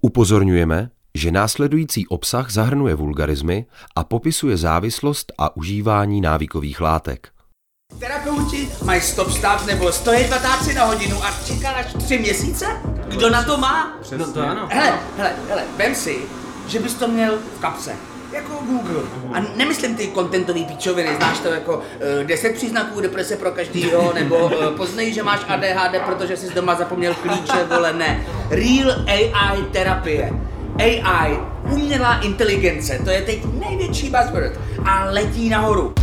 Upozorňujeme, že následující obsah zahrnuje vulgarismy a popisuje závislost a užívání návykových látek. Terapeuti mají stop stav nebo 120 na hodinu a čeká až 3 měsíce? Kdo na to má? No to ano. Hele, vem si, že bys to měl v kapse. Jako Google. A nemyslím ty contentový píčoviny, znáš to jako 10 příznaků deprese pro každýho, nebo poznej, že máš ADHD, protože jsi doma zapomněl klíče, vole, ne. Real AI terapie. AI, umělá inteligence, to je teď největší buzzword a letí nahoru.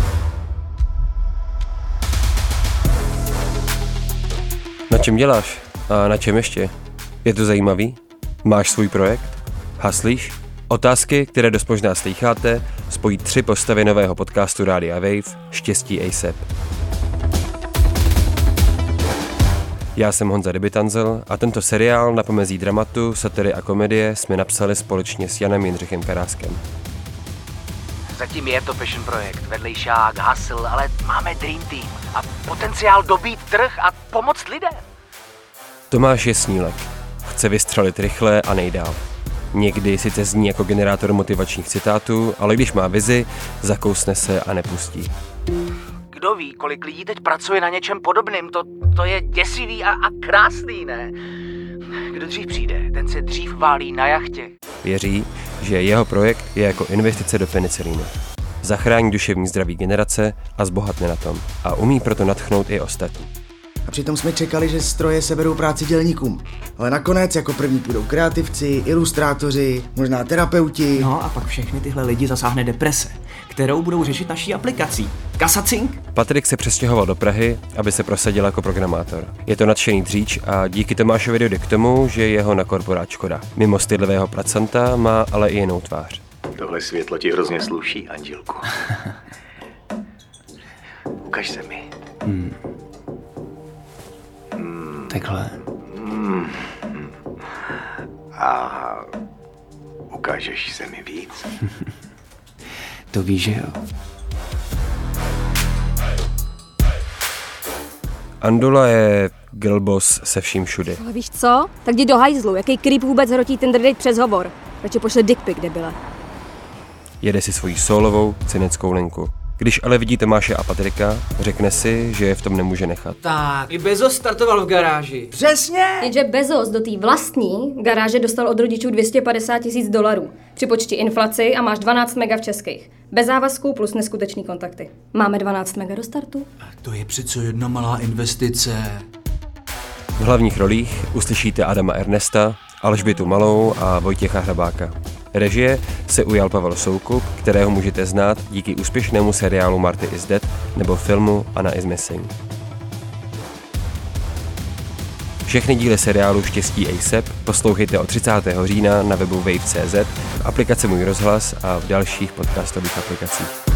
Na čem děláš? A na čem ještě? Je to zajímavý? Máš svůj projekt? Haslíš? Otázky, které dost možná slýcháte, spojí 3 postavy nového podcastu Rádia Wave Štěstí ASAP. Já jsem Honza Debitanzel a tento seriál na pomezí dramatu, satiry a komedie jsme napsali společně s Janem Jindřichem Karáskem. Zatím je to passion projekt, vedlejšák, hustle, ale máme dream team a potenciál dobít trh a pomoct lidem. Tomáš je snílek. Chce vystřelit rychle a nejdál. Někdy sice zní jako generátor motivačních citátů, ale když má vizi, zakousne se a nepustí. Kdo ví, kolik lidí teď pracuje na něčem podobným, to je děsivý a krásný, ne? Kdo dřív přijde, ten se dřív válí na jachtě. Věří, že jeho projekt je jako investice do penicilínu. Zachrání duševní zdraví generace a zbohatne na tom. A umí proto nadchnout i ostatní. A přitom jsme čekali, že stroje seberou práci dělníkům. Ale nakonec jako první půjdou kreativci, ilustrátoři, možná terapeuti. No a pak všechny tyhle lidi zasáhne deprese, kterou budou řešit naší aplikací. Kasacink? Patrik se přestěhoval do Prahy, aby se prosadil jako programátor. Je to nadšený dříč a díky Tomášovi dojde k tomu, že jeho na korporát škoda. Mimo stydlivého pracanta má ale i jinou tvář. Tohle světlo ti hrozně sluší, Andělku. Ukaž se mi. Takhle. A ukážeš se mi víc? To víš, že jo. Andula je girlboss se vším všudy. Ale víš co? Tak jdi do hajzlu, jaký creep vůbec hrotí Tinder date přes hovor. Radši pošle dick pic, debile. Jede si svoji solovou cyneckou linku. Když ale vidí Tomáše a Patrika, řekne si, že je v tom nemůže nechat. Tak, i Bezos startoval v garáži. Přesně! Jenže Bezos do té vlastní garáže dostal od rodičů $250,000. Připočti inflaci a máš 12 mega v českých. Bez závazků plus neskutečný kontakty. Máme 12 mega do startu? To je přece jedna malá investice. V hlavních rolích uslyšíte Adama Ernesta, Alžbětu Malou a Vojtěcha Hrabáka. Režie se ujal Pavel Soukup, kterého můžete znát díky úspěšnému seriálu Marty is Dead nebo filmu Anna is Missing. Všechny díly seriálu Štěstí ASAP poslouchejte od 30. října na webu wave.cz, v aplikaci Můj rozhlas a v dalších podcastových aplikacích.